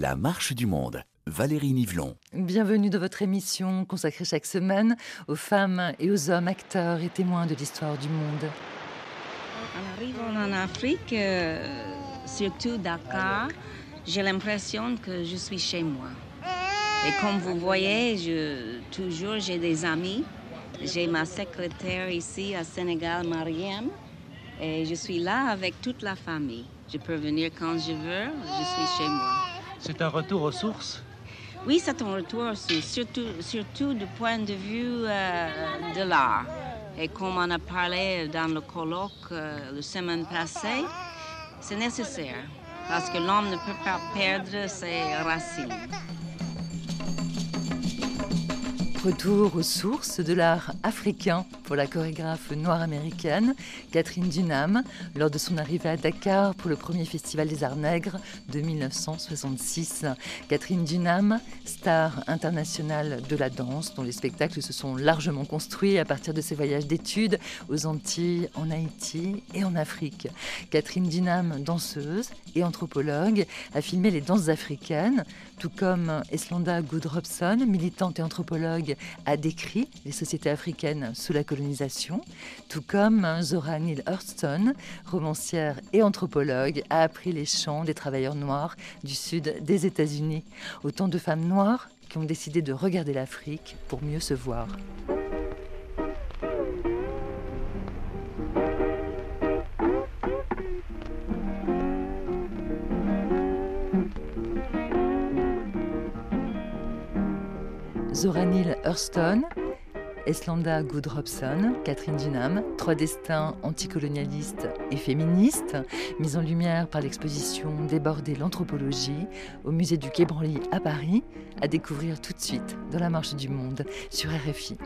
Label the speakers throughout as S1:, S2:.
S1: La marche du monde. Valérie Nivelon.
S2: Bienvenue dans votre émission consacrée chaque semaine aux femmes et aux hommes acteurs et témoins de l'histoire du monde.
S3: En arrivant en Afrique, surtout Dakar, j'ai l'impression que je suis chez moi. Et comme vous voyez, j'ai des amis. J'ai ma secrétaire ici à Sénégal, Mariam, et je suis là avec toute la famille. Je peux venir quand je veux, je suis chez moi.
S4: C'est un retour aux sources?
S3: Oui, c'est un retour aux sources, surtout du point de vue de l'art. Et comme on a parlé dans le colloque la semaine passée, c'est nécessaire parce que l'homme ne peut pas perdre ses racines.
S2: Retour aux sources de l'art africain pour la chorégraphe noire américaine Catherine Dunham lors de son arrivée à Dakar pour le premier festival des arts nègres de 1966. Catherine Dunham, star internationale de la danse, dont les spectacles se sont largement construits à partir de ses voyages d'études aux Antilles, en Haïti et en Afrique. Catherine Dunham, danseuse et anthropologue, a filmé les danses africaines, tout comme Eslanda Goudrobson, militante et anthropologue, a décrit les sociétés africaines sous la colonisation, tout comme Zora Neale Hurston, romancière et anthropologue, a appris les chants des travailleurs noirs du sud des États-Unis. Autant de femmes noires qui ont décidé de regarder l'Afrique pour mieux se voir. Zora Neale Hurston, Eslanda Goudrobson, Catherine Dunham, trois destins anticolonialistes et féministes, mis en lumière par l'exposition Déborder l'anthropologie au musée du Quai Branly à Paris, à découvrir tout de suite dans la marche du monde sur RFI.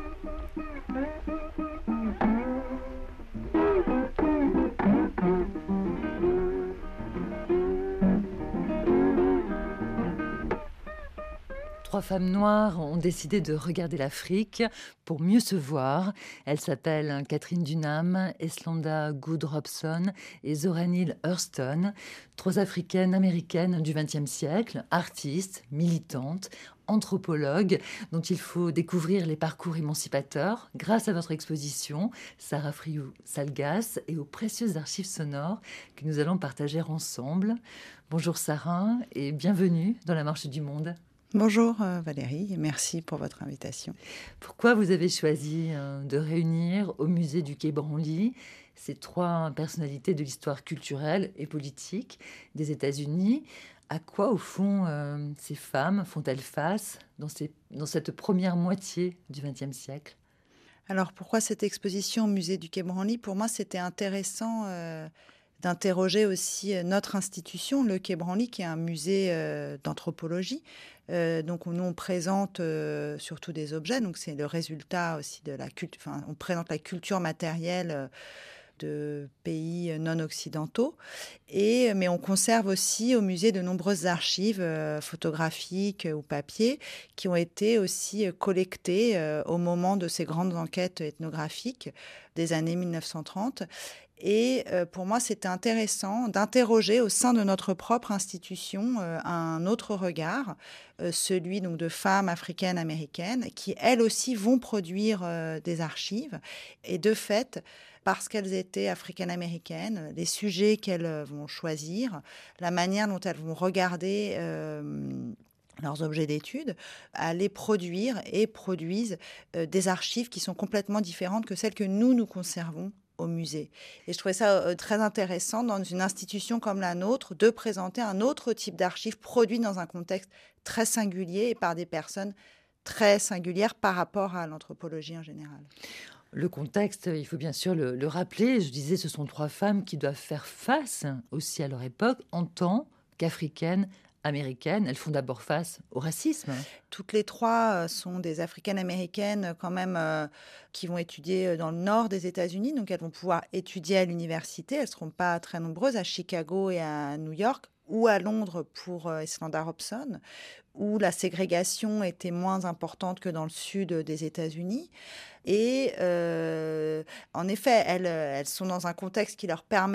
S2: Trois femmes noires ont décidé de regarder l'Afrique pour mieux se voir. Elles s'appellent Catherine Dunham, Eslanda Goudrobson et Zora Neale Hurston. Trois africaines américaines du XXe siècle, artistes, militantes, anthropologues, dont il faut découvrir les parcours émancipateurs grâce à votre exposition, Sarah Friou-Salgas, et aux précieuses archives sonores que nous allons partager ensemble. Bonjour Sarah et bienvenue dans la marche du monde.
S5: Bonjour Valérie, et merci pour votre invitation.
S2: Pourquoi vous avez choisi de réunir au musée du Quai Branly ces trois personnalités de l'histoire culturelle et politique des États-Unis? À quoi, au fond, ces femmes font-elles face dans cette première moitié du XXe siècle?
S5: Alors, pourquoi cette exposition au musée du Quai Branly? Pour moi, c'était intéressant d'interroger aussi notre institution, le Quai Branly, qui est un musée d'anthropologie. Donc, nous, on présente surtout des objets. Donc, c'est le résultat aussi de la culture. Enfin, on présente la culture matérielle de pays non occidentaux. Mais on conserve aussi au musée de nombreuses archives photographiques ou papier qui ont été aussi collectées au moment de ces grandes enquêtes ethnographiques des années 1930. Et pour moi, c'était intéressant d'interroger au sein de notre propre institution un autre regard, celui donc de femmes africaines américaines qui, elles aussi, vont produire des archives. Et de fait, parce qu'elles étaient africaines-américaines, les sujets qu'elles vont choisir, la manière dont elles vont regarder leurs objets d'étude, à les produire et produisent des archives qui sont complètement différentes que celles que nous conservons au musée. Et je trouvais ça très intéressant dans une institution comme la nôtre de présenter un autre type d'archives produites dans un contexte très singulier et par des personnes très singulières par rapport à l'anthropologie en général.
S2: Le contexte, il faut bien sûr le rappeler. Je disais, ce sont trois femmes qui doivent faire face aussi à leur époque en tant qu'africaines américaines. Elles font d'abord face au racisme.
S5: Toutes les trois sont des africaines américaines quand même qui vont étudier dans le nord des États-Unis. Donc elles vont pouvoir étudier à l'université. Elles ne seront pas très nombreuses à Chicago et à New York ou à Londres pour Eslanda Robson, où la ségrégation était moins importante que dans le sud des États-Unis. Et en effet, elles sont dans un contexte qui leur permet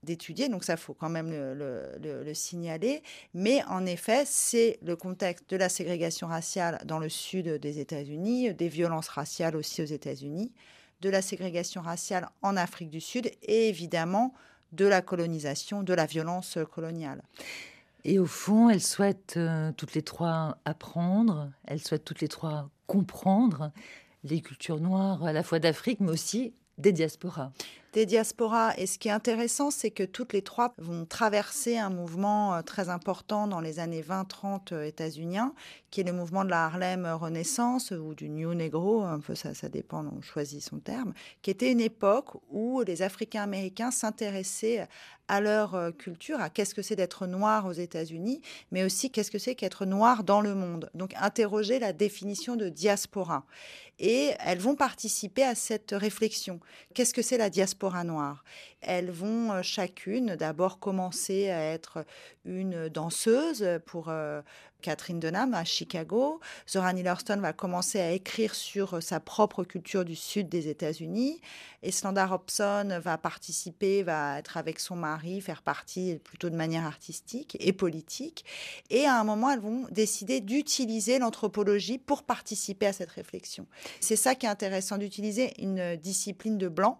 S5: d'étudier, donc ça, il faut quand même le signaler. Mais en effet, c'est le contexte de la ségrégation raciale dans le sud des États-Unis, des violences raciales aussi aux États-Unis, de la ségrégation raciale en Afrique du Sud et évidemment de la colonisation, de la violence coloniale.
S2: Et au fond, elles souhaitent toutes les trois apprendre, elles souhaitent toutes les trois comprendre les cultures noires à la fois d'Afrique, mais aussi des diasporas.
S5: Des diasporas. Et ce qui est intéressant, c'est que toutes les trois vont traverser un mouvement très important dans les années 20-30 états-uniens, qui est le mouvement de la Harlem Renaissance ou du New Negro, un peu ça dépend, on choisit son terme, qui était une époque où les Africains-Américains s'intéressaient à leur culture, à qu'est-ce que c'est d'être noir aux États-Unis, mais aussi qu'est-ce que c'est qu'être noir dans le monde. Donc interroger la définition de diaspora. Et elles vont participer à cette réflexion. Qu'est-ce que c'est la diaspora noire ? Elles vont chacune d'abord commencer à être une danseuse pour Catherine Dunham à Chicago. Zora Neale Hurston va commencer à écrire sur sa propre culture du sud des États-Unis. Eslanda Robson va participer, va être avec son mari, faire partie plutôt de manière artistique et politique. Et à un moment, elles vont décider d'utiliser l'anthropologie pour participer à cette réflexion. C'est ça qui est intéressant, d'utiliser une discipline de blanc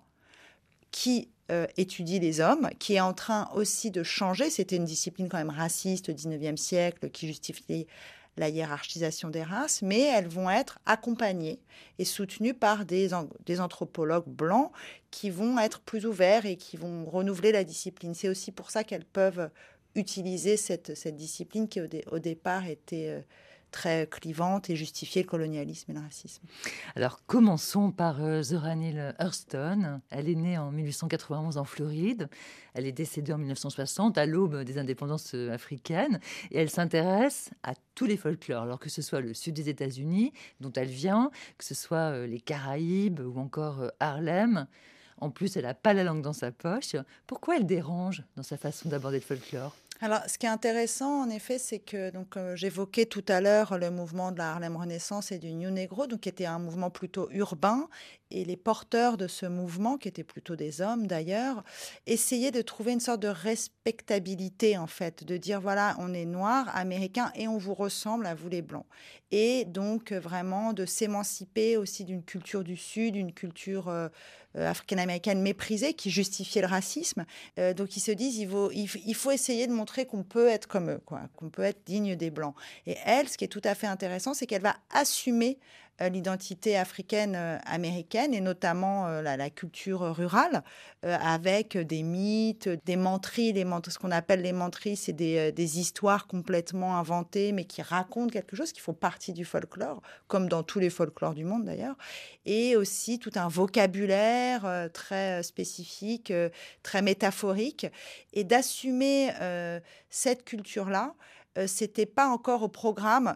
S5: qui étudie les hommes, qui est en train aussi de changer. C'était une discipline quand même raciste au 19e siècle qui justifiait la hiérarchisation des races, mais elles vont être accompagnées et soutenues par des anthropologues blancs qui vont être plus ouverts et qui vont renouveler la discipline. C'est aussi pour ça qu'elles peuvent utiliser cette discipline qui au départ était très clivante et justifiait le colonialisme et le racisme.
S2: Alors, commençons par Zora Neale Hurston. Elle est née en 1891 en Floride. Elle est décédée en 1960, à l'aube des indépendances africaines. Et elle s'intéresse à tous les folklores, alors que ce soit le sud des États-Unis, dont elle vient, que ce soit les Caraïbes ou encore Harlem. En plus, elle n'a pas la langue dans sa poche. Pourquoi elle dérange dans sa façon d'aborder le folklore ?
S5: Alors, ce qui est intéressant, en effet, c'est que j'évoquais tout à l'heure le mouvement de la Harlem Renaissance et du New Negro, donc qui était un mouvement plutôt urbain, et les porteurs de ce mouvement, qui étaient plutôt des hommes d'ailleurs, essayaient de trouver une sorte de respectabilité, en fait, de dire voilà, on est noirs, américains, et on vous ressemble à vous les blancs. Et donc, vraiment, de s'émanciper aussi d'une culture du Sud, une culture africaine-américaine méprisée qui justifiait le racisme. Donc, ils se disent il faut essayer de montrer qu'on peut être comme eux, qu'on peut être digne des Blancs. Et elle, ce qui est tout à fait intéressant, c'est qu'elle va assumer l'identité africaine-américaine et notamment la culture rurale avec des mythes, des menteries. Ce qu'on appelle les menteries, c'est des histoires complètement inventées mais qui racontent quelque chose qui font partie du folklore, comme dans tous les folklores du monde d'ailleurs. Et aussi tout un vocabulaire très spécifique, très métaphorique. Et d'assumer cette culture-là, c'était pas encore au programme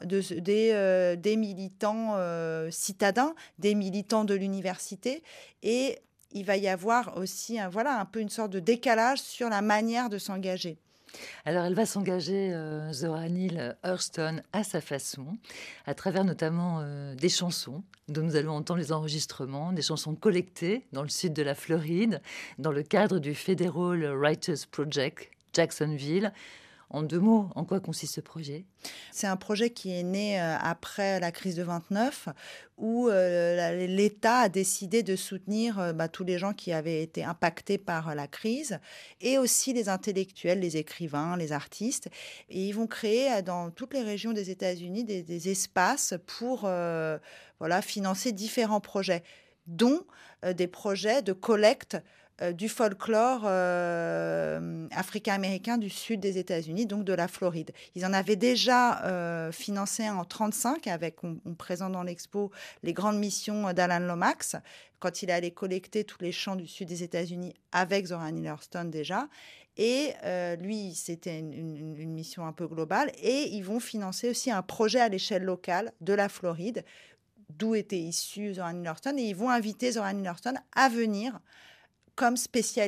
S5: des militants citadins, des militants de l'université. Et il va y avoir aussi un peu une sorte de décalage sur la manière de s'engager.
S2: Alors, elle va s'engager, Zora Neale Hurston, à sa façon, à travers notamment des chansons dont nous allons entendre les enregistrements, des chansons collectées dans le sud de la Floride, dans le cadre du Federal Writers Project, Jacksonville. En 2 mots, en quoi consiste ce projet ?
S5: C'est un projet qui est né après la crise de 29, où l'État a décidé de soutenir tous les gens qui avaient été impactés par la crise, et aussi les intellectuels, les écrivains, les artistes. Et ils vont créer dans toutes les régions des États-Unis des espaces pour financer différents projets, dont des projets de collecte du folklore africain-américain du sud des États-Unis, donc de la Floride. Ils en avaient déjà financé un en 1935 avec, on présente dans l'expo, les grandes missions d'Alan Lomax, quand il allait collecter tous les chants du sud des États-Unis avec Zora Neale Hurston déjà. Et lui, c'était une mission un peu globale. Et ils vont financer aussi un projet à l'échelle locale de la Floride, d'où était issue Zora Neale Hurston. Et ils vont inviter Zora Neale Hurston à venir comme spécialiste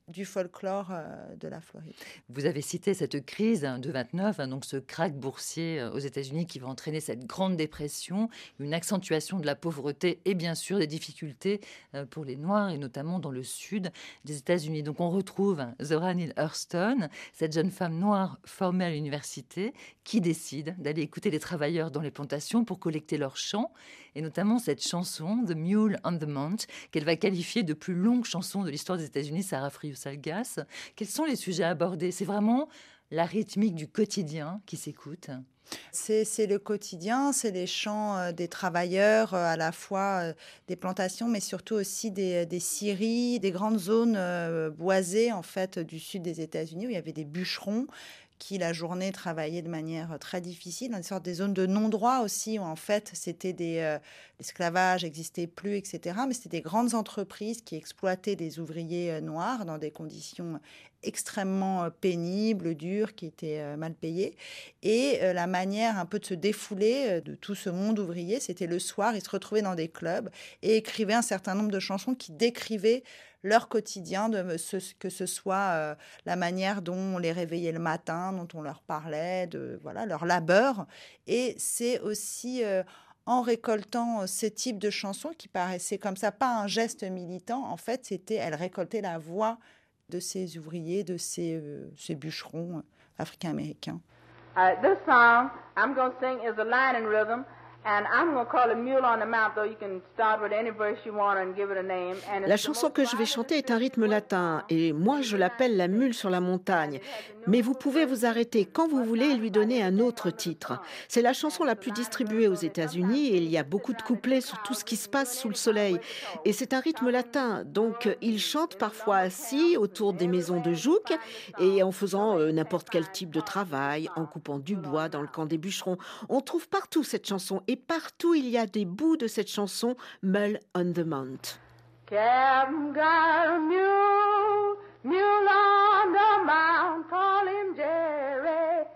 S5: du folklore de la Floride.
S2: Vous avez cité cette crise de 29, donc ce krach boursier aux États-Unis qui va entraîner cette grande dépression, une accentuation de la pauvreté et bien sûr des difficultés pour les Noirs et notamment dans le sud des États-Unis. Donc on retrouve Zora Neale Hurston, cette jeune femme noire formée à l'université qui décide d'aller écouter les travailleurs dans les plantations pour collecter leurs chants et notamment cette chanson The Mule on the Mount qu'elle va qualifier de plus longue chanson de l'histoire des États-Unis, Sarah Frius-Algas. Quels sont les sujets abordés? C'est vraiment la rythmique du quotidien qui s'écoute.
S5: C'est le quotidien, c'est les chants des travailleurs, à la fois des plantations, mais surtout aussi des scieries, des grandes zones boisées en fait du sud des États-Unis où il y avait des bûcherons qui la journée travaillaient de manière très difficile, dans des sortes des zones de non-droit aussi, où en fait c'était l'esclavage n'existait plus, etc. Mais c'était des grandes entreprises qui exploitaient des ouvriers noirs dans des conditions extrêmement pénibles, dures, qui étaient mal payées. Et la manière un peu de se défouler de tout ce monde ouvrier, c'était le soir, ils se retrouvaient dans des clubs et écrivaient un certain nombre de chansons qui décrivaient leur quotidien, que ce soit la manière dont on les réveillait le matin, dont on leur parlait, de voilà, leur labeur. Et c'est aussi en récoltant ce type de chansons qui paraissaient comme ça, pas un geste militant, en fait, elle récoltait la voix de ces ouvriers, de ces bûcherons africains-américains.
S6: This song I'm going to sing is a line and rhythm. And I'm going to call it Mule on the Mount, though you can start with any verse you want and give it a name.
S7: La chanson que je vais chanter est un rythme latin et moi je l'appelle la mule sur la montagne. Mais vous pouvez vous arrêter quand vous voulez et lui donner un autre titre. C'est la chanson la plus distribuée aux États-Unis et il y a beaucoup de couplets sur tout ce qui se passe sous le soleil. Et c'est un rythme latin, donc ils chantent parfois assis autour des maisons de jouk et en faisant n'importe quel type de travail, en coupant du bois dans le camp des bûcherons. On trouve partout cette chanson. Et partout, il y a des bouts de cette chanson, Mule on the Mount.
S6: Captain got a mule, mule on the mount, call him Jerry.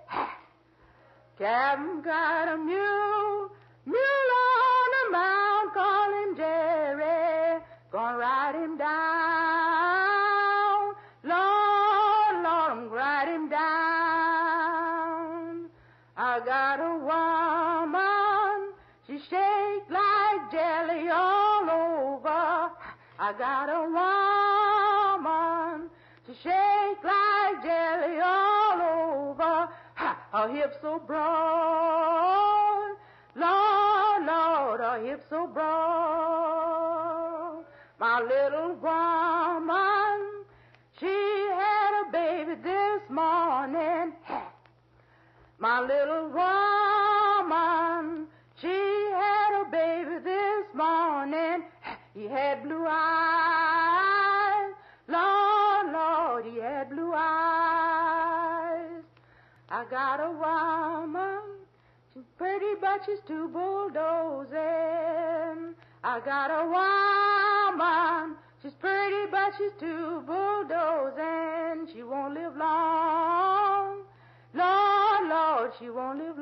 S6: Captain got a mule, mule on the mount, call him Jerry. Gonna ride him down, Lord, Lord, I'm ride him down. I got a woman. She shake like jelly all over. I got a woman. She shake like jelly all over. Her hips so broad. Lord, Lord, her hips so broad. My little woman, she had a baby this morning. My little woman, she had a baby this morning. He had blue eyes. Lord, Lord, he had blue eyes. I got a woman. She's pretty, but she's too bulldozing. I got a woman. She's pretty, but she's too bulldozing. She won't live long. Lord, Lord, she won't live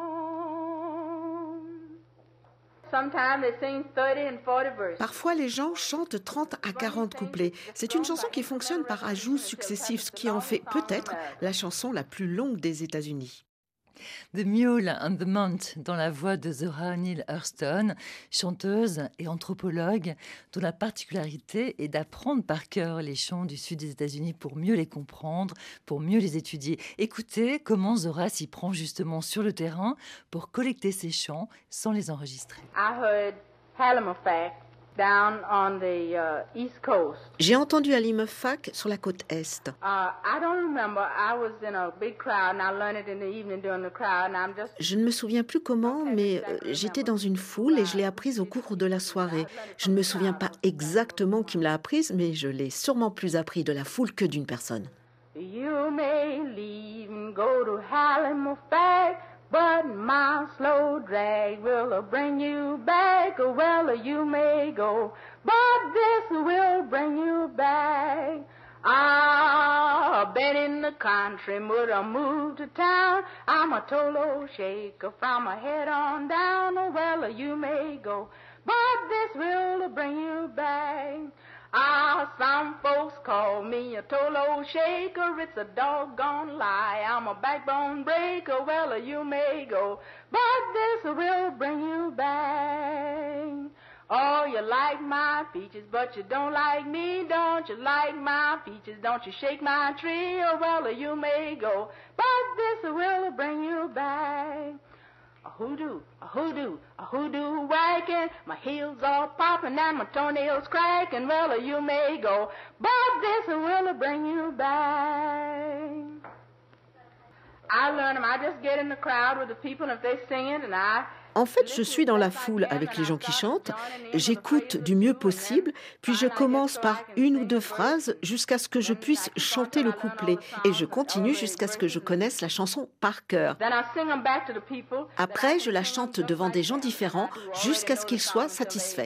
S6: long. Sometimes they sing 30 and 40 verses.
S7: Parfois, les gens chantent 30 à 40 couplets. C'est une chanson qui fonctionne par ajouts successifs, ce qui en fait peut-être la chanson la plus longue des États-Unis.
S2: The Mule on the Mount, dans la voix de Zora Neale Hurston, chanteuse et anthropologue, dont la particularité est d'apprendre par cœur les chants du sud des États-Unis pour mieux les comprendre, pour mieux les étudier. Écoutez comment Zora s'y prend justement sur le terrain pour collecter ces chants sans les enregistrer.
S6: I heard Halifax down on the East Coast.
S7: J'ai entendu Halifax sur la côte Est.
S6: I don't remember. I was in a big crowd and I learned it in the evening during the crowd and I'm just...
S7: Je ne me souviens plus comment, mais j'étais dans une foule et je l'ai apprise au cours de la soirée. Je ne me souviens pas exactement qui me l'a apprise, mais je l'ai sûrement plus appris de la foule que d'une personne.
S6: You may leave and go to Halifax, but my slow drag will bring you back. Well, you may go, but this will bring you back. I've been in the country, but I moved to town. I'm a total shaker from my head on down. Well, you may go, but this will bring you back. Ah, some folks call me a total shaker, it's a doggone lie. I'm a backbone breaker, well, you may go, but this will bring you back. Oh, you like my peaches, but you don't like me. Don't you like my peaches? Don't you shake my tree, oh, well, you may go, but this will bring you back. A hoodoo, a hoodoo, a hoodoo whacking, my heels all popping and my toenails cracking, well, you may go, but this will bring you back. I learn them, I just get in the crowd with the people and if they singing and
S7: En fait, je suis dans la foule avec les gens qui chantent, j'écoute du mieux possible, puis je commence par une ou deux phrases jusqu'à ce que je puisse chanter le couplet. Et je continue jusqu'à ce que je connaisse la chanson par cœur. Après, je la chante devant des gens différents jusqu'à ce qu'ils soient satisfaits.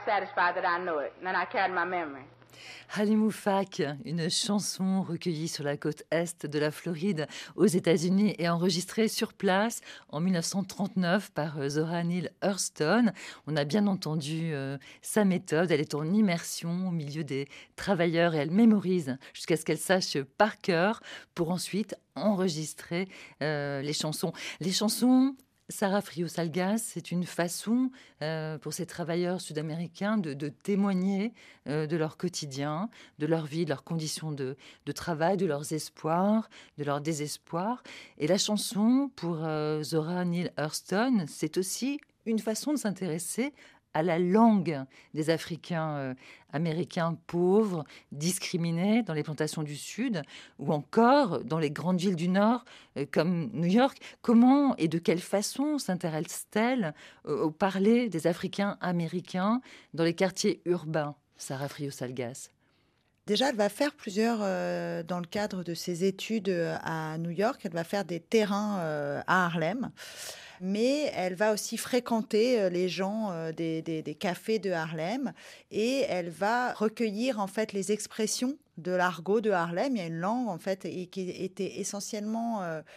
S2: Halimoufak, une chanson recueillie sur la côte est de la Floride aux États-Unis et enregistrée sur place en 1939 par Zora Neale Hurston. On a bien entendu sa méthode, elle est en immersion au milieu des travailleurs et elle mémorise jusqu'à ce qu'elle sache par cœur pour ensuite enregistrer les chansons. Les chansons, Sarah Frios-Salgas, c'est une façon pour ces travailleurs sud-américains de témoigner de leur quotidien, de leur vie, de leurs conditions de travail, de leurs espoirs, de leurs désespoirs. Et la chanson, pour Zora Neale Hurston, c'est aussi une façon de s'intéresser à la langue des Africains américains pauvres, discriminés dans les plantations du Sud ou encore dans les grandes villes du Nord comme New York. Comment et de quelle façon s'intéresse-t-elle au parler des Africains américains dans les quartiers urbains, Sarah Frios-Salgas?
S5: Déjà, elle va faire plusieurs, dans le cadre de ses études à New York, elle va faire des terrains à Harlem. Mais elle va aussi fréquenter les gens des cafés de Harlem et elle va recueillir en fait les expressions de l'argot de Harlem. Il y a une langue en fait qui était essentiellement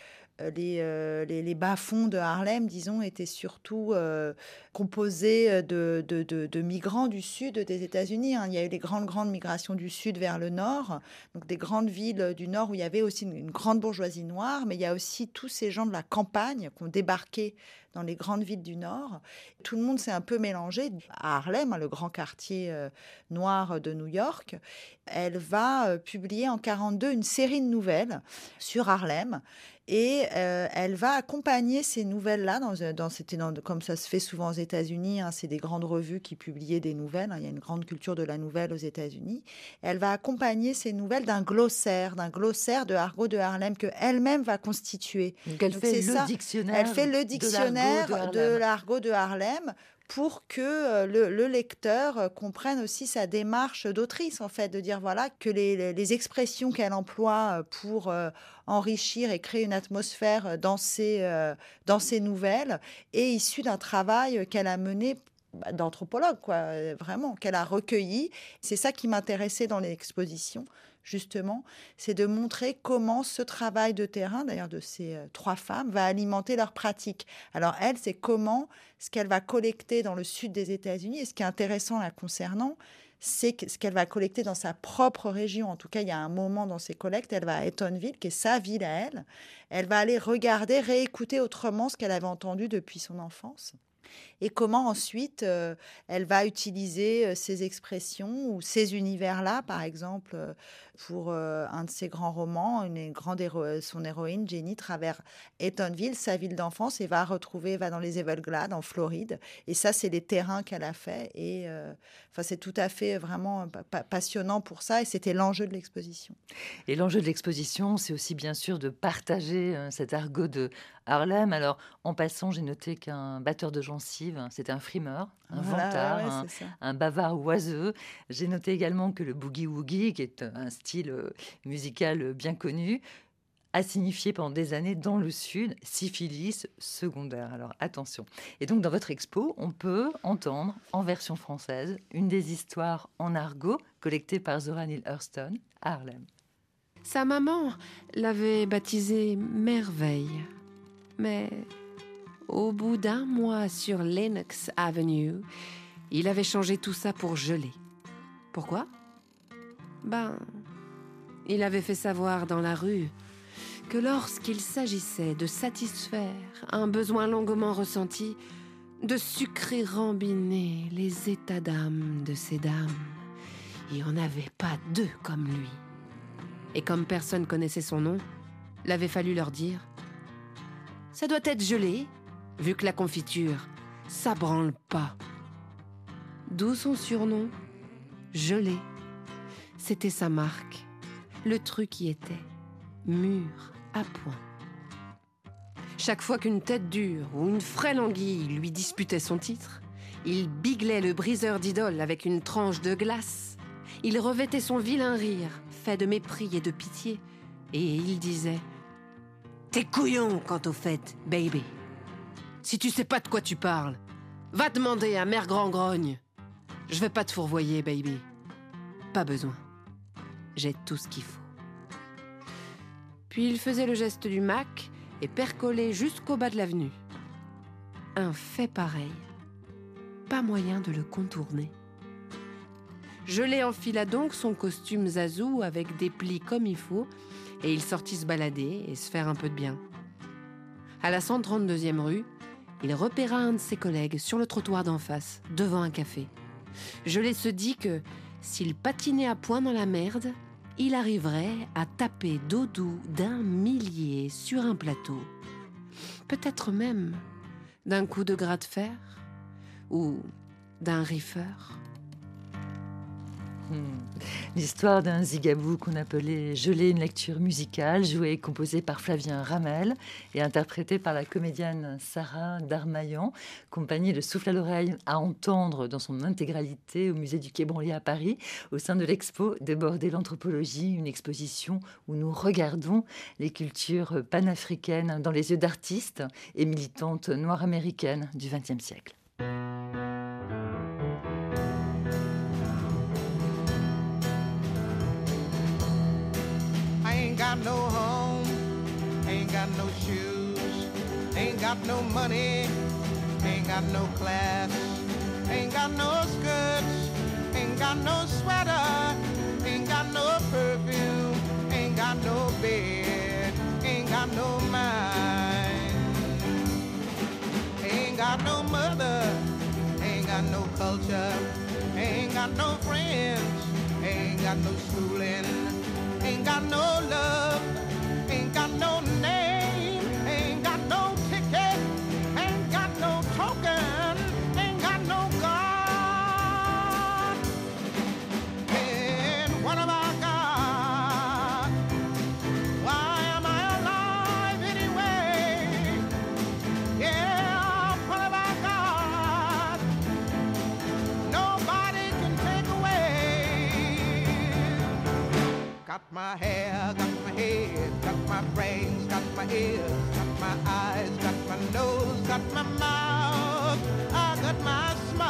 S5: les bas-fonds de Harlem, disons, étaient surtout composés de migrants du sud des États-Unis. Il y a eu les grandes migrations du sud vers le nord, donc des grandes villes du nord où il y avait aussi une grande bourgeoisie noire, mais il y a aussi tous ces gens de la campagne qui ont débarqué dans les grandes villes du Nord. Tout le monde s'est un peu mélangé. À Harlem, le grand quartier noir de New York, elle va publier en 1942 une série de nouvelles sur Harlem. Et elle va accompagner ces nouvelles-là, comme ça se fait souvent aux États-Unis, c'est des grandes revues qui publiaient des nouvelles, il y a une grande culture de la nouvelle aux États-Unis. Elle va accompagner ces nouvelles d'un glossaire de argot de Harlem qu'elle-même va constituer.
S2: Donc elle fait le
S5: dictionnaire de l'argot de Harlem pour que le lecteur comprenne aussi sa démarche d'autrice, en fait, de dire voilà que les expressions qu'elle emploie pour enrichir et créer une atmosphère dans ces nouvelles est issue d'un travail qu'elle a mené d'anthropologue, vraiment, qu'elle a recueilli. C'est ça qui m'intéressait dans l'exposition, justement, c'est de montrer comment ce travail de terrain, d'ailleurs de ces trois femmes, va alimenter leur pratique. Alors elle, c'est comment ce qu'elle va collecter dans le sud des États-Unis, et ce qui est intéressant la concernant, c'est ce qu'elle va collecter dans sa propre région. En tout cas, il y a un moment dans ses collectes, elle va à Eatonville, qui est sa ville à elle. Elle va aller regarder, réécouter autrement ce qu'elle avait entendu depuis son enfance. Et comment ensuite elle va utiliser ces expressions ou ces univers-là, par exemple, pour un de ses grands romans, son héroïne, Jenny, traverse Eatonville, sa ville d'enfance, et va dans les Everglades, en Floride. Et ça, c'est les terrains qu'elle a fait. Et c'est tout à fait vraiment passionnant pour ça. Et c'était l'enjeu de l'exposition.
S2: Et l'enjeu de l'exposition, c'est aussi bien sûr de partager cet argot de Harlem. Alors, en passant, j'ai noté qu'un batteur de gencives, c'était un frimeur, un vantard, un bavard oiseux. J'ai noté également que le boogie-woogie, qui est un style musical bien connu, a signifié pendant des années dans le Sud syphilis secondaire. Alors attention. Et donc dans votre expo, on peut entendre en version française une des histoires en argot collectées par Zora Neale Hurston à Harlem.
S8: Sa maman l'avait baptisée Merveille. Mais au bout d'un mois sur Lenox Avenue, il avait changé tout ça pour Gelée. Pourquoi ? il avait fait savoir dans la rue que lorsqu'il s'agissait de satisfaire un besoin longuement ressenti, de sucrer rambiner les états d'âme de ces dames, il n'y en avait pas deux comme lui. Et comme personne connaissait son nom, il avait fallu leur dire « Ça doit être gelé, vu que la confiture, ça branle pas. » D'où son surnom, Gelé. C'était sa marque. Le truc y était, mûr à point. Chaque fois qu'une tête dure ou une frêle anguille lui disputait son titre, il biglait le briseur d'idole avec une tranche de glace. Il revêtait son vilain rire, fait de mépris et de pitié, et il disait « T'es couillon quant au fait, baby. Si tu sais pas de quoi tu parles, va demander à Mère Grand-Grogne. Je vais pas te fourvoyer, baby. Pas besoin. J'ai tout ce qu'il faut. » Puis il faisait le geste du Mac et percolait jusqu'au bas de l'avenue. Un fait pareil, pas moyen de le contourner. Gelé enfila donc son costume zazou avec des plis comme il faut et il sortit se balader et se faire un peu de bien. À la 132e rue, il repéra un de ses collègues sur le trottoir d'en face, devant un café. Gelé se dit que s'il patinait à point dans la merde, il arriverait à taper Dodou d'un millier sur un plateau. Peut-être même d'un coup de gras de fer ou d'un riffeur.
S2: L'histoire d'un zigabou qu'on appelait Gelé, une lecture musicale, jouée et composée par Flavien Ramel et interprétée par la comédienne Sarah Darmaillan, compagnie de Souffle à l'oreille à entendre dans son intégralité au musée du Quai Branly à Paris, au sein de l'expo Déborder l'anthropologie, une exposition où nous regardons les cultures panafricaines dans les yeux d'artistes et militantes noires américaines du XXe siècle.
S9: Ain't got no home, ain't got no shoes, ain't got no money, ain't got no class, ain't got no skirts, ain't got no sweater, ain't got no perfume, ain't got no bed, ain't got no mind, ain't got no mother, ain't got no culture, ain't got no friends, ain't got no schooling, ain't got no love, ain't got no name, ain't got no ticket, ain't got no token, ain't got no God. And what have I got? Why am I alive anyway? Yeah, what have I got? Nobody can take away. Got my hair, got my head, got my brains, got my ears, got my eyes, got my nose, got my mouth, I got my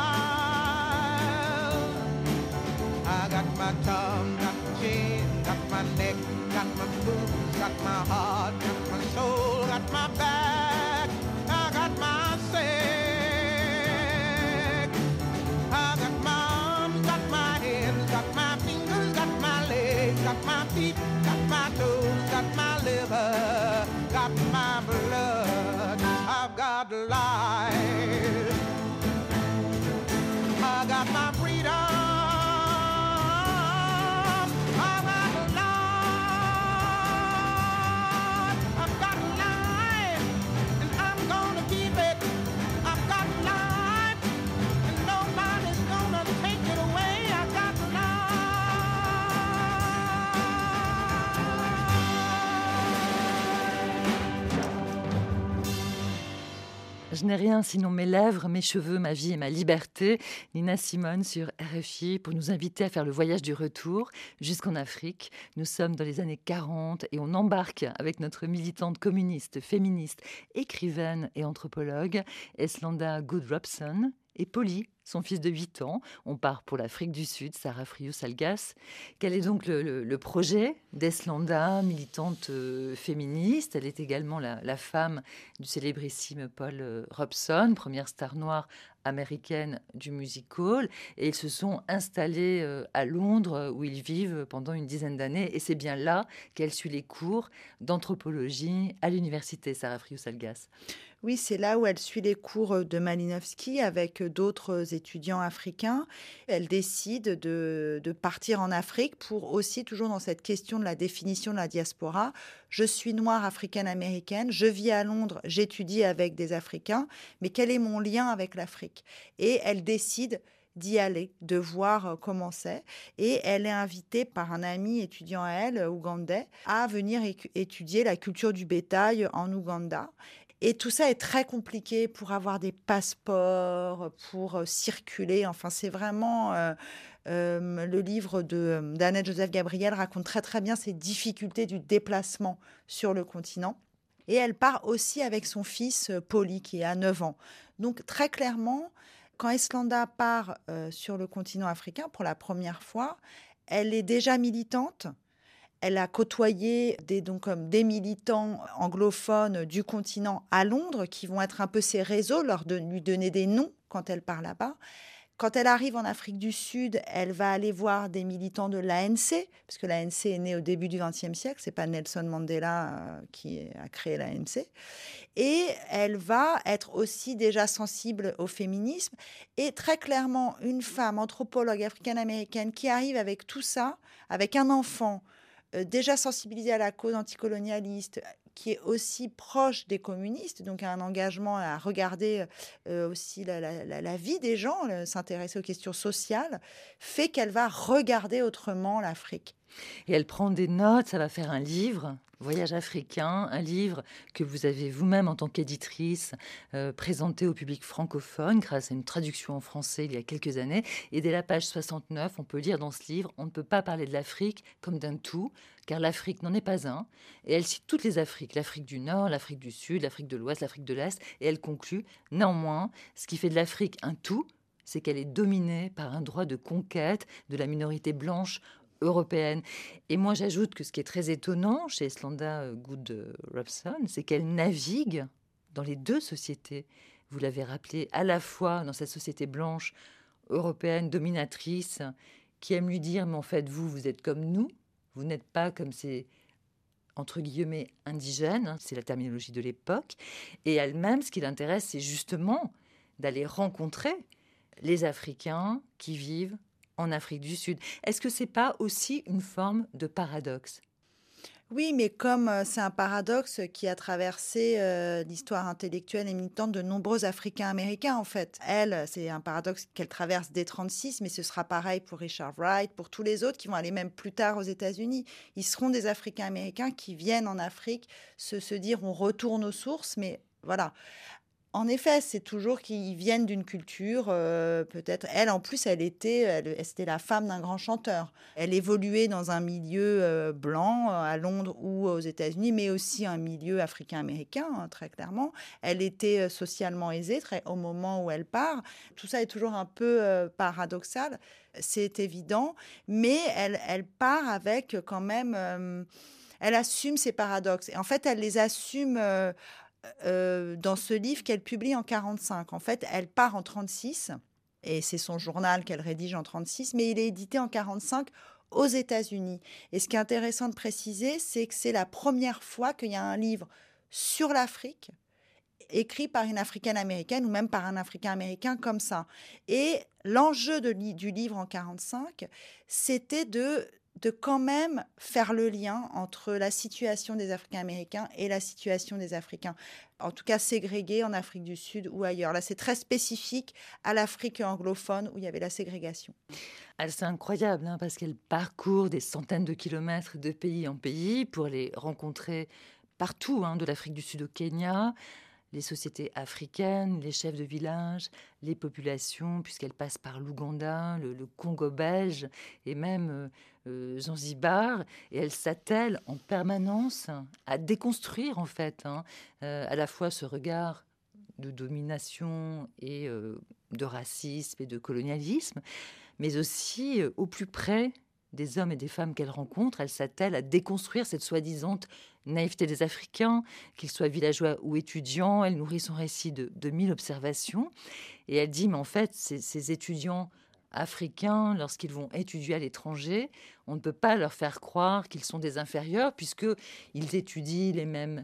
S9: smile. I got my tongue, got my chin, got my neck, got my boobs, got my heart, got my soul, got my back, I got my sex. I got my arms, got my hands, got my fingers, got my legs, got my feet, got my toes, got my liver, got my blood. I've got life. I got my freedom. I've got life. I've got life, and I'm gonna keep it. I've got life, and nobody's gonna take it away. I've got
S2: Je n'ai rien sinon mes lèvres, mes cheveux, ma vie et ma liberté. Nina Simone sur RFI pour nous inviter à faire le voyage du retour jusqu'en Afrique. Nous sommes dans les années 40 et on embarque avec notre militante communiste, féministe, écrivaine et anthropologue, Eslanda Goodrobson, et Polly, son fils de 8 ans. On part pour l'Afrique du Sud, Sarah Friou-Salgas. Quel est donc le projet d'Eslanda, militante féministe? Elle est également la femme du célébrissime Paul Robeson, première star noire américaine du music hall et ils se sont installés à Londres où ils vivent pendant une dizaine d'années et c'est bien là qu'elle suit les cours d'anthropologie à l'université, Sarah Frious-Salgas.
S5: Oui, c'est là où elle suit les cours de Malinowski avec d'autres étudiants africains. Elle décide de partir en Afrique pour aussi, toujours dans cette question de la définition de la diaspora, je suis noire africaine-américaine, je vis à Londres, j'étudie avec des Africains, mais quel est mon lien avec l'Afrique ? Et elle décide d'y aller, de voir comment c'est. Et elle est invitée par un ami étudiant à elle, ougandais, à venir étudier la culture du bétail en Ouganda. Et tout ça est très compliqué pour avoir des passeports, pour circuler. Enfin, c'est vraiment... le livre d'Annette Joseph-Gabriel raconte très très bien ces difficultés du déplacement sur le continent. Et elle part aussi avec son fils Polly, qui a 9 ans. Donc très clairement, quand Eslanda part sur le continent africain pour la première fois, elle est déjà militante. Elle a côtoyé des militants anglophones du continent à Londres, qui vont être un peu ses réseaux, lui donner des noms quand elle part là-bas. Quand elle arrive en Afrique du Sud, elle va aller voir des militants de l'ANC, parce que l'ANC est née au début du XXe siècle, c'est pas Nelson Mandela qui a créé l'ANC. Et elle va être aussi déjà sensible au féminisme. Et très clairement, une femme anthropologue africaine-américaine qui arrive avec tout ça, avec un enfant déjà sensibilisé à la cause anticolonialiste, qui est aussi proche des communistes, donc a un engagement à regarder aussi la vie des gens, s'intéresser aux questions sociales, fait qu'elle va regarder autrement l'Afrique.
S2: Et elle prend des notes, ça va faire un livre, Voyage africain, un livre que vous avez vous-même en tant qu'éditrice présenté au public francophone grâce à une traduction en français il y a quelques années. Et dès la page 69, on peut lire dans ce livre, on ne peut pas parler de l'Afrique comme d'un tout, car l'Afrique n'en est pas un. Et elle cite toutes les Afriques, l'Afrique du Nord, l'Afrique du Sud, l'Afrique de l'Ouest, l'Afrique de l'Est. Et elle conclut, néanmoins, ce qui fait de l'Afrique un tout, c'est qu'elle est dominée par un droit de conquête de la minorité blanche européenne. Et moi, j'ajoute que ce qui est très étonnant chez Eslanda Goode-Robson, c'est qu'elle navigue dans les deux sociétés. Vous l'avez rappelé, à la fois dans cette société blanche européenne dominatrice qui aime lui dire, mais en fait, vous êtes comme nous, vous n'êtes pas comme ces, entre guillemets, indigènes, c'est la terminologie de l'époque. Et elle-même, ce qui l'intéresse, c'est justement d'aller rencontrer les Africains qui vivent en Afrique du Sud. Est-ce que c'est pas aussi une forme de paradoxe ?
S5: Oui, mais comme c'est un paradoxe qui a traversé l'histoire intellectuelle et militante de nombreux Africains-Américains, en fait. Elle, c'est un paradoxe qu'elle traverse dès 1936, mais ce sera pareil pour Richard Wright, pour tous les autres qui vont aller même plus tard aux États-Unis. Ils seront des Africains-Américains qui viennent en Afrique se dire on retourne aux sources, mais voilà. En effet, c'est toujours qu'ils viennent d'une culture, peut-être. Elle, en plus, c'était la femme d'un grand chanteur. Elle évoluait dans un milieu blanc, à Londres ou aux États-Unis, mais aussi un milieu africain-américain, hein, très clairement. Elle était socialement aisée au moment où elle part. Tout ça est toujours un peu paradoxal, c'est évident, mais elle part avec quand même... elle assume ses paradoxes. Et en fait, elle les assume... dans ce livre qu'elle publie en 1945. En fait, elle part en 1936, et c'est son journal qu'elle rédige en 1936, mais il est édité en 1945 aux États-Unis. Et ce qui est intéressant de préciser, c'est que c'est la première fois qu'il y a un livre sur l'Afrique écrit par une Africaine-Américaine ou même par un Africain-Américain comme ça. Et l'enjeu du livre en 1945, c'était de quand même faire le lien entre la situation des Africains-Américains et la situation des Africains, en tout cas ségrégés en Afrique du Sud ou ailleurs. Là, c'est très spécifique à l'Afrique anglophone où il y avait la ségrégation.
S2: C'est incroyable, hein, parce qu'elle parcourt des centaines de kilomètres de pays en pays pour les rencontrer partout, hein, de l'Afrique du Sud au Kenya, les sociétés africaines, les chefs de village, les populations, puisqu'elle passe par l'Ouganda, le Congo belge et même Zanzibar. Et elle s'attelle en permanence à déconstruire, en fait, à la fois ce regard de domination et de racisme et de colonialisme, mais aussi au plus près des hommes et des femmes qu'elle rencontre, elle s'attelle à déconstruire cette soi-disant naïveté des Africains, qu'ils soient villageois ou étudiants. Elle nourrit son récit de 1000 observations. Et elle dit, mais en fait, ces étudiants africains, lorsqu'ils vont étudier à l'étranger, on ne peut pas leur faire croire qu'ils sont des inférieurs, puisqu'ils étudient les mêmes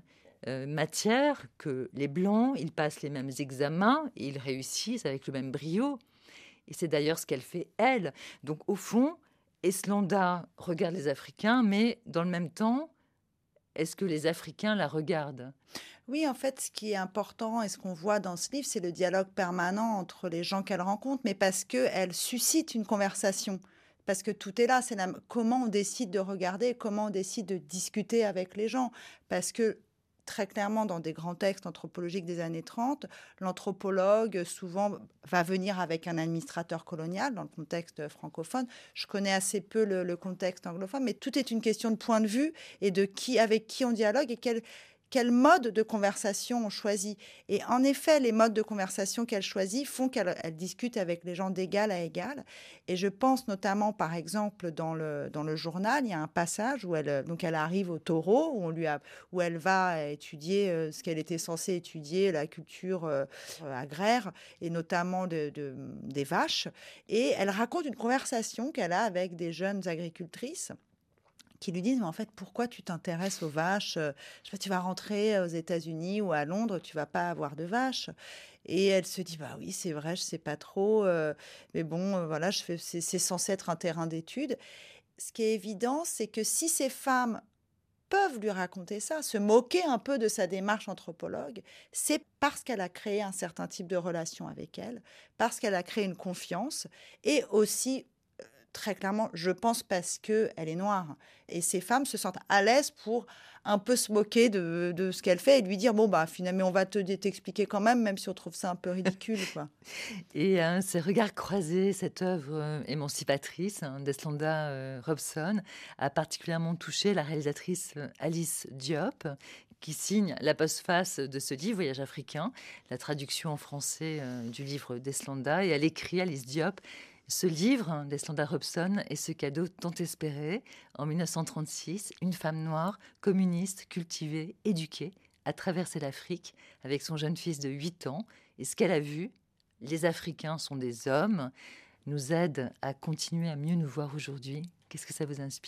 S2: matières que les Blancs, ils passent les mêmes examens et ils réussissent avec le même brio. Et c'est d'ailleurs ce qu'elle fait, elle. Donc, au fond, Eslanda regarde les Africains, mais dans le même temps, est-ce que les Africains la regardent ?
S5: Oui, en fait, ce qui est important et ce qu'on voit dans ce livre, c'est le dialogue permanent entre les gens qu'elle rencontre, mais parce qu'elle suscite une conversation. Parce que tout est là, comment on décide de regarder, comment on décide de discuter avec les gens. Parce que très clairement, dans des grands textes anthropologiques des années 30, l'anthropologue, souvent, va venir avec un administrateur colonial dans le contexte francophone. Je connais assez peu le contexte anglophone, mais tout est une question de point de vue et avec qui on dialogue et quel mode de conversation on choisit. Et en effet, les modes de conversation qu'elle choisit font qu'elle discute avec les gens d'égal à égal. Et je pense notamment, par exemple, dans le journal, il y a un passage où elle arrive au Taureau, où elle va étudier ce qu'elle était censée étudier, la culture agraire, et notamment des vaches. Et elle raconte une conversation qu'elle a avec des jeunes agricultrices qui lui disent, mais en fait, pourquoi tu t'intéresses aux vaches ? Je sais pas, tu vas rentrer aux États-Unis ou à Londres, tu vas pas avoir de vaches. Et elle se dit, bah oui, c'est vrai, je sais pas trop, mais bon, voilà, c'est censé être un terrain d'étude. Ce qui est évident, c'est que si ces femmes peuvent lui raconter ça, se moquer un peu de sa démarche anthropologue, c'est parce qu'elle a créé un certain type de relation avec elle, parce qu'elle a créé une confiance, et aussi très clairement, je pense parce qu'elle est noire. Et ces femmes se sentent à l'aise pour un peu se moquer de ce qu'elle fait et lui dire, bon, bah, finalement, on va t'expliquer quand même si on trouve ça un peu ridicule, quoi.
S2: Et ces regards croisés, cette œuvre émancipatrice d'Eslanda Robson a particulièrement touché la réalisatrice Alice Diop, qui signe la postface de ce livre, Voyage africain, la traduction en français du livre d'Eslanda. Et elle écrit, Alice Diop, ce livre d'Eslanda Robson est ce cadeau tant espéré. En 1936, une femme noire, communiste, cultivée, éduquée, a traversé l'Afrique avec son jeune fils de 8 ans. Et ce qu'elle a vu, les Africains sont des hommes, nous aide à continuer à mieux nous voir aujourd'hui. Qu'est-ce que ça vous inspire ?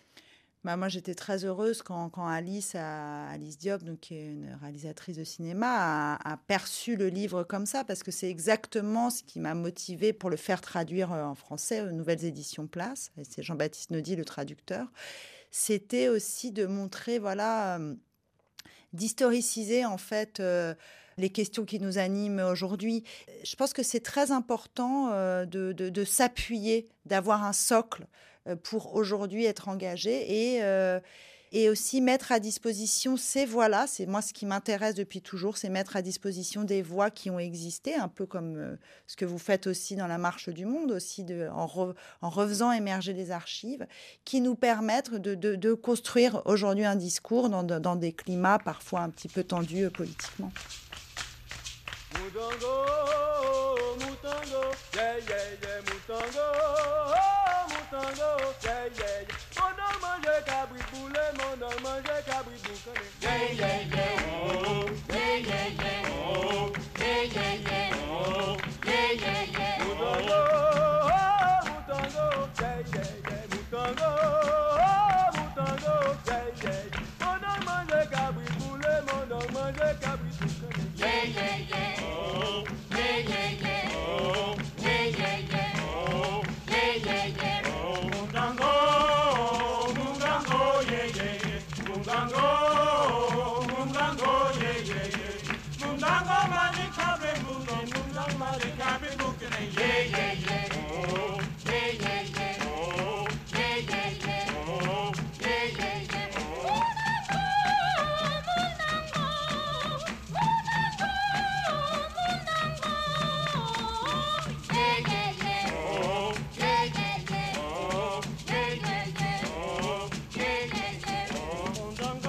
S5: Moi, j'étais très heureuse quand Alice Diop, donc, qui est une réalisatrice de cinéma, a perçu le livre comme ça, parce que c'est exactement ce qui m'a motivée pour le faire traduire en français aux Nouvelles Éditions Place. Et c'est Jean-Baptiste Naudy, le traducteur. C'était aussi de montrer, d'historiciser en fait les questions qui nous animent aujourd'hui. Je pense que c'est très important de s'appuyer, d'avoir un socle pour aujourd'hui être engagé et aussi mettre à disposition ces voix-là. C'est moi ce qui m'intéresse depuis toujours, c'est mettre à disposition des voix qui ont existé, un peu comme ce que vous faites aussi dans la Marche du Monde, aussi en refaisant émerger les archives, qui nous permettent de construire aujourd'hui un discours dans des climats parfois un petit peu tendus politiquement.
S10: Mutango, mutango, yeah, yeah, yeah, mutango, mutango, yeah, yeah, yeah. Mon homme mange cabri boule, mon homme mange cabri boucané. Yeah, yeah, yeah, oh, yeah, yeah, yeah, oh, yeah, yeah, yeah, oh, yeah, yeah, yeah. Mutango, mutango, yeah, yeah, yeah, mutango, mutango, yeah, yeah, yeah. Mon homme mange cabri boule, mon homme mange cabri boucané. Yeah, yeah, yeah.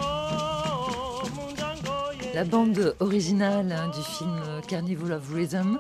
S2: La bande originale du film Carnival of Rhythm,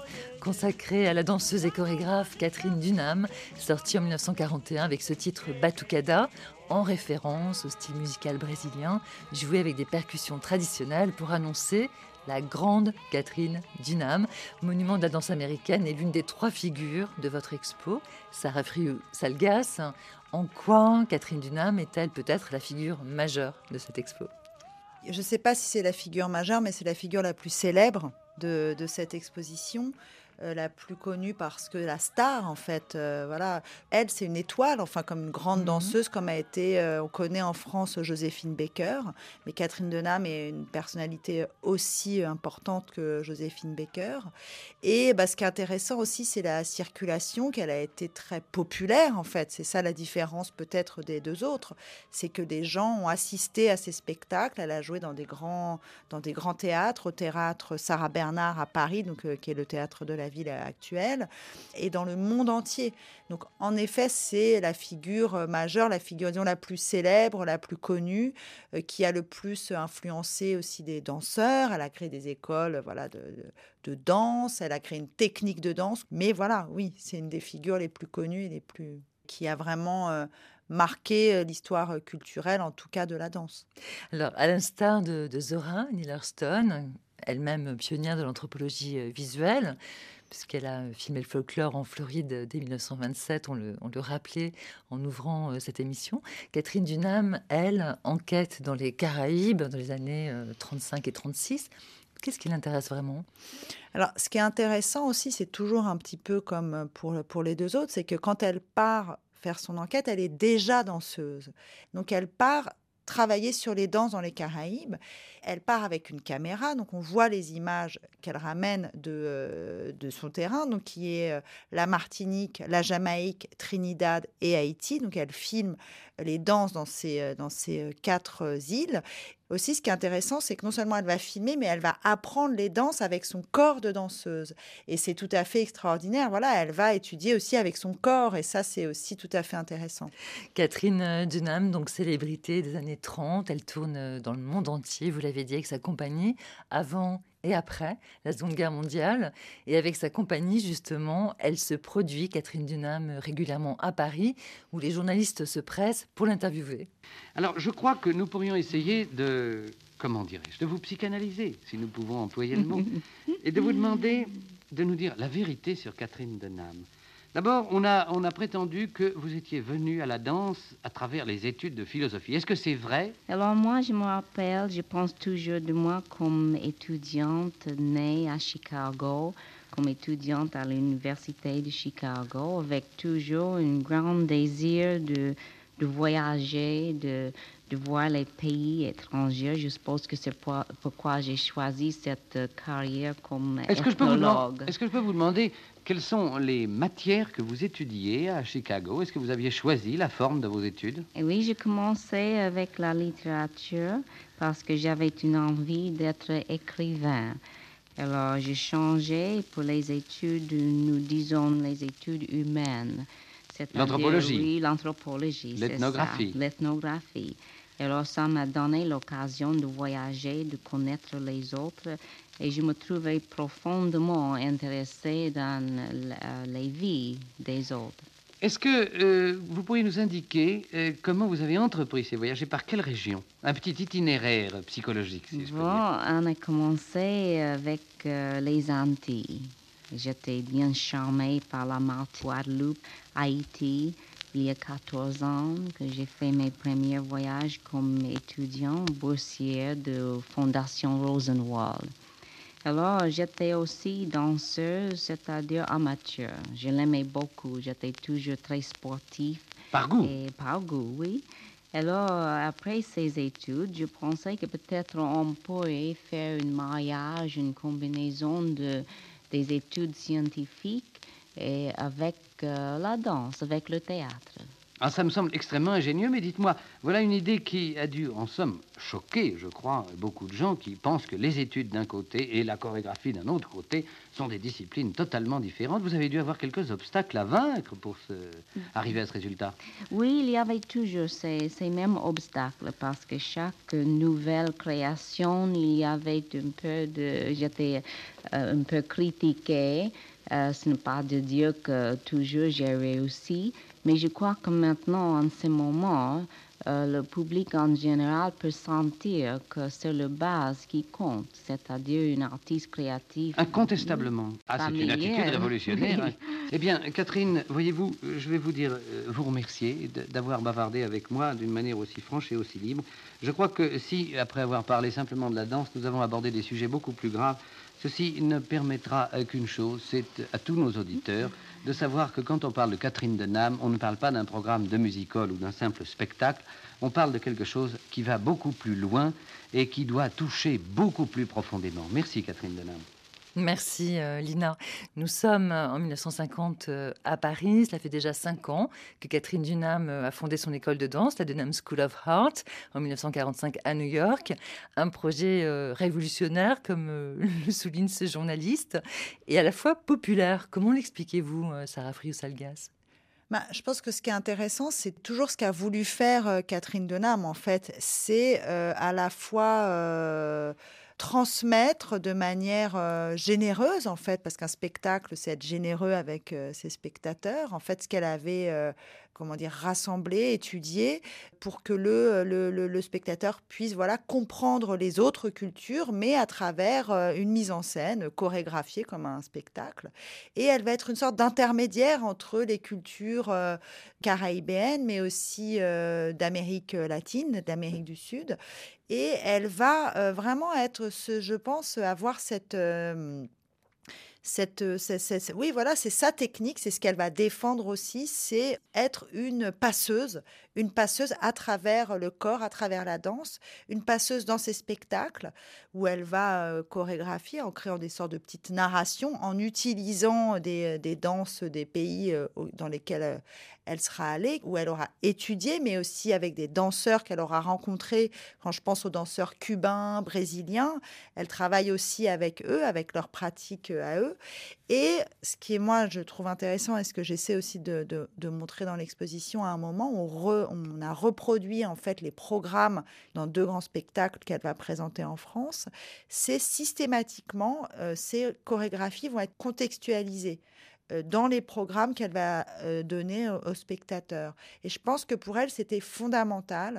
S2: consacré à la danseuse et chorégraphe Catherine Dunham, sorti en 1941 avec ce titre Batucada, en référence au style musical brésilien, joué avec des percussions traditionnelles pour annoncer la grande Catherine Dunham, monument de la danse américaine et l'une des 3 figures de votre expo. Sarah Friou-Salgas, en quoi Catherine Dunham est-elle peut-être la figure majeure de cette expo ?
S5: Je ne sais pas si c'est la figure majeure, mais c'est la figure la plus célèbre de cette exposition. La plus connue parce que la star, en fait, voilà, elle, c'est une étoile, enfin, comme une grande danseuse, comme a été, on connaît en France Joséphine Baker, mais Catherine Dunham est une personnalité aussi importante que Joséphine Baker. Et ce qui est intéressant aussi, c'est la circulation, qu'elle a été très populaire, en fait. C'est ça la différence peut-être des 2 autres, c'est que des gens ont assisté à ces spectacles. Elle a joué dans des grands théâtres, au théâtre Sarah Bernard à Paris, donc, qui est le théâtre de la ville actuelle, et dans le monde entier. Donc, en effet, c'est la figure majeure, la figure, disons, la plus célèbre, la plus connue, qui a le plus influencé aussi des danseurs. Elle a créé des écoles, voilà, de danse, elle a créé une technique de danse. Mais voilà, oui, c'est une des figures les plus connues et qui a vraiment marqué l'histoire culturelle, en tout cas de la danse.
S2: Alors, à l'instar de Zora Neale Hurston, elle-même pionnière de l'anthropologie visuelle, puisqu'elle a filmé le folklore en Floride dès 1927, on le rappelait en ouvrant cette émission. Catherine Dunham, elle, enquête dans les Caraïbes dans les années 35 et 36. Qu'est-ce qui l'intéresse vraiment ?
S5: Alors, ce qui est intéressant aussi, c'est toujours un petit peu comme pour les 2 autres, c'est que quand elle part faire son enquête, elle est déjà danseuse. Donc, elle part travailler sur les danses dans les Caraïbes. Elle part avec une caméra, donc on voit les images qu'elle ramène de son terrain, donc qui est la Martinique, la Jamaïque, Trinidad et Haïti. Donc elle filme les danses dans ces 4 îles. Aussi, ce qui est intéressant, c'est que non seulement elle va filmer, mais elle va apprendre les danses avec son corps de danseuse. Et c'est tout à fait extraordinaire. Voilà, elle va étudier aussi avec son corps. Et ça, c'est aussi tout à fait intéressant.
S2: Catherine Dunham, donc célébrité des années 30, elle tourne dans le monde entier, vous l'avez dit, avec sa compagnie, avant et après la Seconde Guerre mondiale. Et avec sa compagnie, justement, elle se produit, Catherine Dunham, régulièrement à Paris, où les journalistes se pressent pour l'interviewer.
S11: Alors, je crois que nous pourrions essayer de, comment dirais-je, de vous psychanalyser, si nous pouvons employer le mot, et de vous demander de nous dire la vérité sur Catherine Dunham. D'abord, on a prétendu que vous étiez venu à la danse à travers les études de philosophie. Est-ce que c'est vrai?
S3: Alors moi, je me rappelle, je pense toujours de moi comme étudiante née à Chicago, comme étudiante à l'université de Chicago, avec toujours un grand désir de voyager, de voir les pays étrangers. Je suppose que c'est pourquoi j'ai choisi cette carrière comme ethnologue.
S11: Est-ce que je peux vous demander quelles sont les matières que vous étudiez à Chicago? Est-ce que vous aviez choisi la forme de vos études?
S3: Et oui, j'ai commencé avec la littérature parce que j'avais une envie d'être écrivain. Alors, j'ai changé pour les études, nous disons les études humaines.
S11: L'anthropologie.
S3: Oui, l'anthropologie.
S11: L'ethnographie.
S3: L'ethnographie. Et alors, ça m'a donné l'occasion de voyager, de connaître les autres. Et je me trouvais profondément intéressée dans les vies des autres.
S11: Est-ce que vous pourriez nous indiquer comment vous avez entrepris ces voyages et par quelle région? Un petit itinéraire psychologique, si je peux dire.
S3: On a commencé avec les Antilles. J'étais bien charmée par la Martinique, Guadeloupe, Haïti. Il y a 14 ans que j'ai fait mes premiers voyages comme étudiant boursière de Fondation Rosenwald. Alors, j'étais aussi danseuse, c'est-à-dire amateur. Je l'aimais beaucoup. J'étais toujours très sportive.
S11: Par goût?
S3: Et par goût, oui. Alors, après ces études, je pensais que peut-être on pourrait faire un mariage, une combinaison des études scientifiques et avec la danse, avec le théâtre.
S11: Ah, ça me semble extrêmement ingénieux, mais dites-moi, voilà une idée qui a dû, en somme, choquer, je crois, beaucoup de gens qui pensent que les études d'un côté et la chorégraphie d'un autre côté sont des disciplines totalement différentes. Vous avez dû avoir quelques obstacles à vaincre pour arriver à ce résultat.
S3: Oui, il y avait toujours ces mêmes obstacles parce que chaque nouvelle création, il y avait un peu de... J'étais un peu critiquée Ce n'est pas de dire que toujours j'ai réussi, mais je crois que maintenant, en ce moment, le public en général peut sentir que c'est la base qui compte, c'est-à-dire une artiste créative.
S11: Incontestablement. Ah, c'est une attitude
S3: familière.
S11: révolutionnaire. Hein. Eh bien, Catherine, voyez-vous, je vais vous dire, vous remercier d'avoir bavardé avec moi d'une manière aussi franche et aussi libre. Je crois que si, après avoir parlé simplement de la danse, nous avons abordé des sujets beaucoup plus graves, ceci ne permettra qu'une chose, c'est à tous nos auditeurs de savoir que quand on parle de Catherine Denham, on ne parle pas d'un programme de musical ou d'un simple spectacle, on parle de quelque chose qui va beaucoup plus loin et qui doit toucher beaucoup plus profondément. Merci Catherine Denham.
S2: Merci Lina. Nous sommes en 1950 à Paris. Cela fait déjà 5 ans que Catherine Dunham a fondé son école de danse, la Dunham School of Art, en 1945 à New York. Un projet révolutionnaire, comme le souligne ce journaliste, et à la fois populaire. Comment l'expliquez-vous, Sarah Frious-Salgas ?
S5: Je pense que ce qui est intéressant, c'est toujours ce qu'a voulu faire Catherine Denham, en fait. C'est à la fois transmettre de manière généreuse, en fait, parce qu'un spectacle, c'est être généreux avec ses spectateurs. En fait, ce qu'elle avait rassemblé, étudié, pour que le spectateur puisse comprendre les autres cultures, mais à travers une mise en scène chorégraphiée comme un spectacle. Et elle va être une sorte d'intermédiaire entre les cultures caraïbéennes, mais aussi d'Amérique latine, d'Amérique du Sud. Et elle va vraiment être, je pense, avoir oui, voilà, c'est sa technique, c'est ce qu'elle va défendre aussi, c'est être une passeuse à travers le corps, à travers la danse, une passeuse dans ses spectacles, où elle va chorégraphier en créant des sortes de petites narrations, en utilisant des danses des pays dans lesquels elle sera allée, où elle aura étudié, mais aussi avec des danseurs qu'elle aura rencontrés. Quand je pense aux danseurs cubains, brésiliens, elle travaille aussi avec eux, avec leurs pratiques à eux. Et ce qui est, moi, je trouve intéressant, et ce que j'essaie aussi de montrer dans l'exposition, à un moment, on a reproduit en fait les programmes dans 2 grands spectacles qu'elle va présenter en France. C'est systématiquement, ces chorégraphies vont être contextualisées dans les programmes qu'elle va donner aux spectateurs. Et je pense que pour elle, c'était fondamental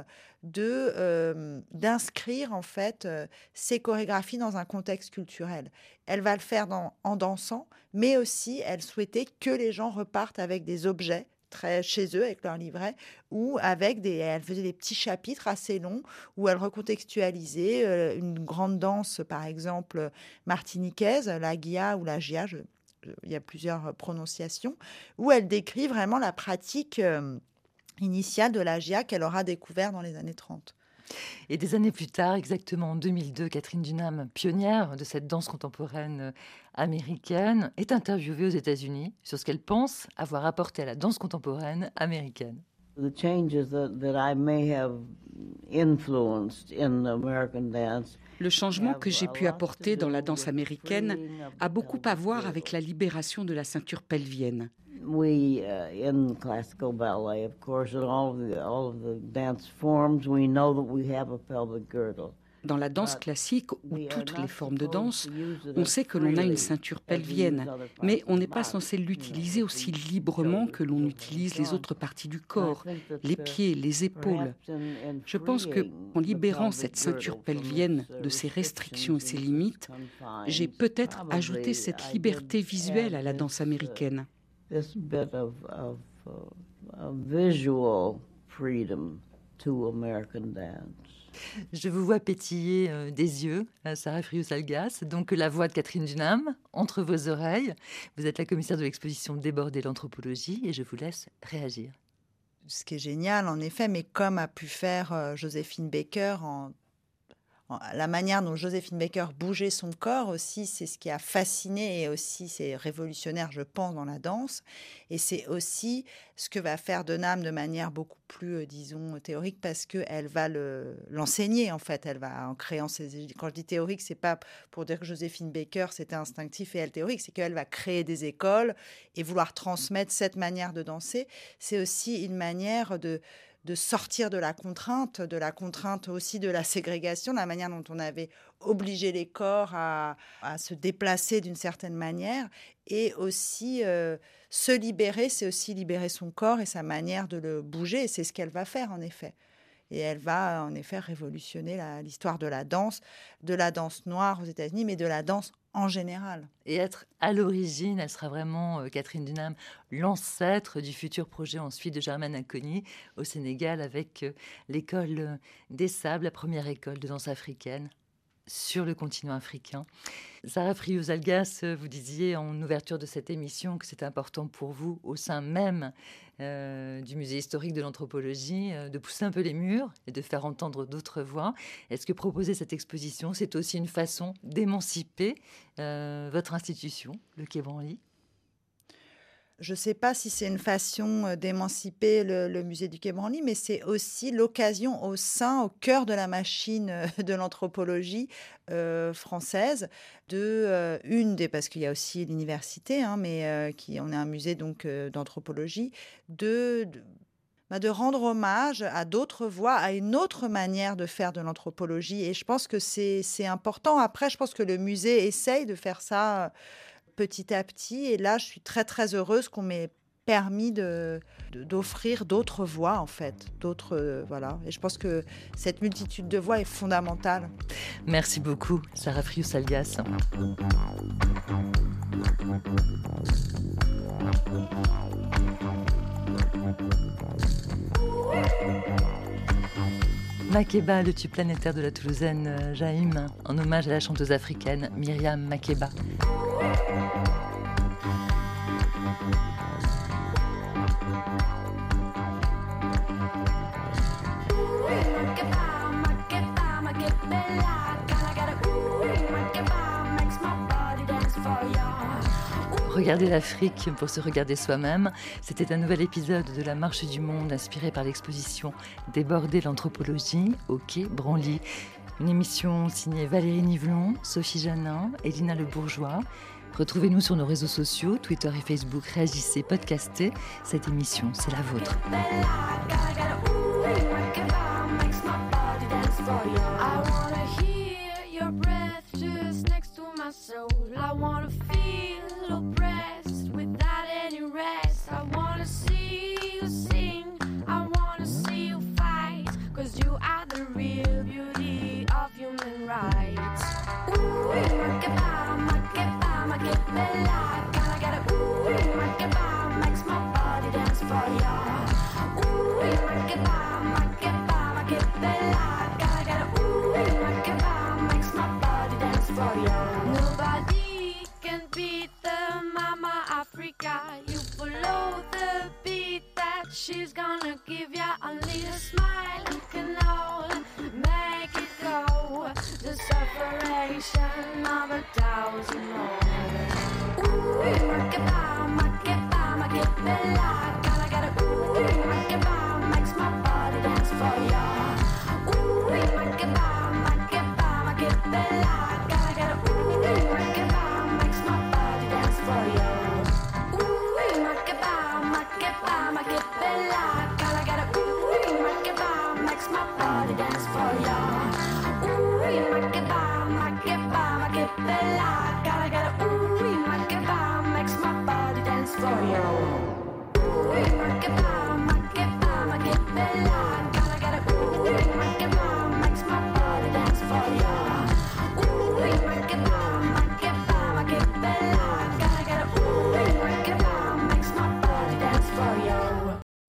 S5: d'inscrire en fait ces chorégraphies dans un contexte culturel. Elle va le faire en dansant, mais aussi elle souhaitait que les gens repartent avec des objets très chez eux avec leur livret, ou elle faisait des petits chapitres assez longs où elle recontextualisait une grande danse, par exemple martiniquaise, la Gia ou la Gia, il y a plusieurs prononciations, où elle décrit vraiment la pratique initiale de la Gia qu'elle aura découvert dans les années 30.
S2: Et des années plus tard, exactement en 2002, Catherine Dunham, pionnière de cette danse contemporaine américaine, est interviewée aux États-Unis sur ce qu'elle pense avoir apporté à la danse contemporaine américaine.
S12: The changes that I may have influenced in American dance.
S13: Le changement que j'ai pu apporter dans la danse américaine a beaucoup à voir avec la libération de la ceinture pelvienne.
S12: We in classical ballet, of course, in all of the dance forms, we know that we have a pelvic girdle.
S13: Dans la danse classique ou toutes les formes de danse, on sait que l'on a une ceinture pelvienne, mais on n'est pas censé l'utiliser aussi librement que l'on utilise les autres parties du corps, les pieds, les épaules. Je pense qu'en libérant cette ceinture pelvienne de ses restrictions et ses limites, j'ai peut-être ajouté cette liberté visuelle à la danse américaine.
S12: This bit of visual freedom to American dance.
S2: Je vous vois pétiller des yeux, Sarah Frious-Salgas. Donc la voix de Catherine Dunham entre vos oreilles. Vous êtes la commissaire de l'exposition Déborder l'anthropologie et je vous laisse réagir.
S5: Ce qui est génial, en effet, mais comme a pu faire Joséphine Baker la manière dont Joséphine Baker bougeait son corps aussi, c'est ce qui a fasciné et aussi c'est révolutionnaire, je pense, dans la danse. Et c'est aussi ce que va faire Dunham de manière beaucoup plus, disons, théorique, parce qu'elle va l'enseigner, en fait. Elle va, en créant quand je dis théorique, c'est pas pour dire que Joséphine Baker, c'était instinctif et elle théorique, c'est qu'elle va créer des écoles et vouloir transmettre cette manière de danser. C'est aussi une manière de sortir de la contrainte aussi de la ségrégation, la manière dont on avait obligé les corps à se déplacer d'une certaine manière, et aussi se libérer, c'est aussi libérer son corps et sa manière de le bouger, et c'est ce qu'elle va faire en effet. Et elle va en effet révolutionner l'histoire de la danse noire aux États-Unis, mais de la danse en général.
S2: Et être à l'origine, elle sera vraiment, Catherine Dunham, l'ancêtre du futur projet ensuite de Germaine Acogny au Sénégal avec l'école des Sables, la première école de danse africaine sur le continent africain. Sarah Frious-Algas, vous disiez en ouverture de cette émission que c'est important pour vous, au sein même du musée historique de l'anthropologie, de pousser un peu les murs et de faire entendre d'autres voix. Est-ce que proposer cette exposition, c'est aussi une façon d'émanciper votre institution, le Quai Branly ?
S5: Je ne sais pas si c'est une façon d'émanciper le musée du Quai Branly, mais c'est aussi l'occasion au cœur de la machine de l'anthropologie française, parce qu'il y a aussi l'université, mais on est un musée donc d'anthropologie, de rendre hommage à d'autres voix, à une autre manière de faire de l'anthropologie. Et je pense que c'est important. Après, je pense que le musée essaye de faire ça petit à petit. Et là, je suis très, très heureuse qu'on m'ait permis d'offrir d'autres voix, en fait. Voilà. Et je pense que cette multitude de voix est fondamentale.
S2: Merci beaucoup, Sarah Frious-Algas. Makeba, le tube planétaire de la Toulousaine Jaïm, en hommage à la chanteuse africaine Myriam Makeba. Regarder l'Afrique pour se regarder soi-même, c'était un nouvel épisode de la Marche du Monde inspiré par l'exposition Déborder l'anthropologie au Quai Branly. Une émission signée Valérie Nivelon, Sophie Janin et Lina Le Bourgeois. Retrouvez-nous sur nos réseaux sociaux, Twitter et Facebook. Réagissez, podcastez. Cette émission, c'est la vôtre.
S14: Nobody can beat the Mama Africa. You follow the beat that she's gonna give ya. Only a smile can all make it go. The separation of 1,000 more. Ooh, Makeba, Makeba, Makebella. Gotta get a ooh, Makeba makes my body dance for ya. Ooh, Makeba, Makeba, Makebella. Bella, gotta get a ooh, Makeba makes my body dance for you. Ooh, Makeba, Makeba, Makebella.